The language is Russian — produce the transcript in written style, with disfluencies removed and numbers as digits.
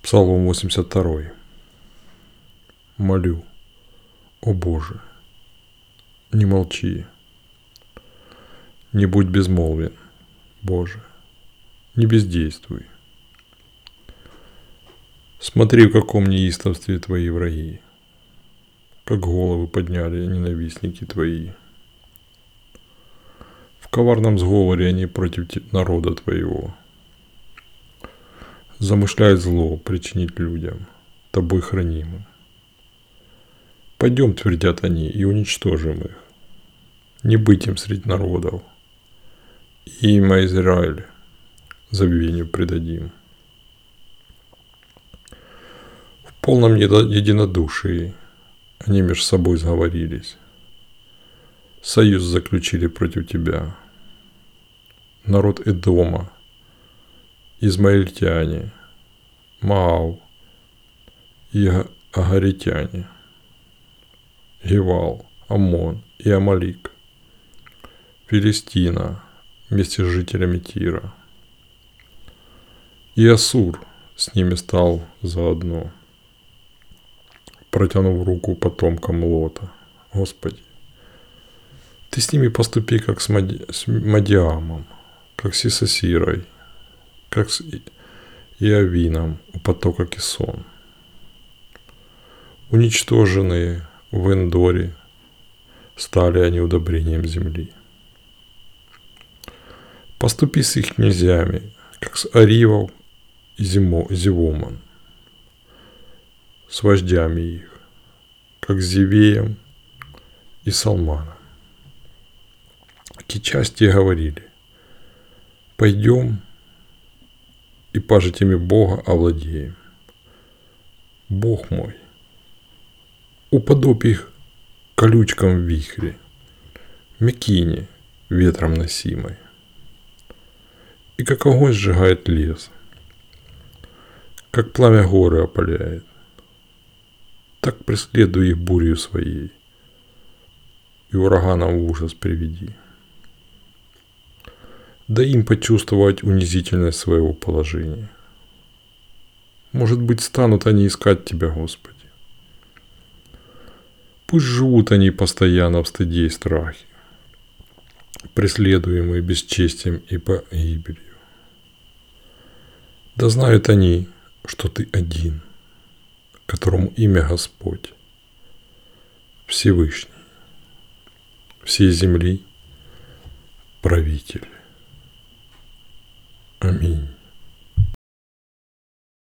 Псалом 82. Молю, о Боже, не молчи, не будь безмолвен, Боже, не бездействуй. Смотри, в каком неистовстве твои враги, как головы подняли ненавистники твои. В коварном сговоре они против народа твоего. Замышляют зло причинить людям, тобой хранимым. Пойдем, твердят они, и уничтожим их. Не быть им средь народов. И имя Израиль забвению предадим. В полном единодушии они между собой сговорились. Союз заключили против тебя. Народ Эдома, измаильтяне, Маав и агаритяне, Гевал, Аммон и Амалик, Филистина вместе с жителями Тира. И Ассур с ними стал заодно, протянув руку потомкам Лота. Господи, Ты с ними поступи, как с Мадиамом, как с Исасирой, как с Иовином у потока Кисон. Уничтоженные в Эндоре стали они удобрением земли. Поступи с их князьями, как с Аривов и Зевоман, с вождями их, как с Зевеем и Салманом. Части говорили: пойдем и пажитями Бога овладеем. Бог мой, уподобь их колючкам в вихре, мякине ветром носимой. И как огонь сжигает лес, как пламя горы опаляет, так преследуй их бурью своей и ураганом в ужас приведи. Дай им почувствовать унизительность своего положения. Может быть, станут они искать Тебя, Господи. Пусть живут они постоянно в стыде и страхе, преследуемые бесчестием и погибелью. Да знают они, что Ты один, которому имя Господь, Всевышний, всей земли правитель. Аминь.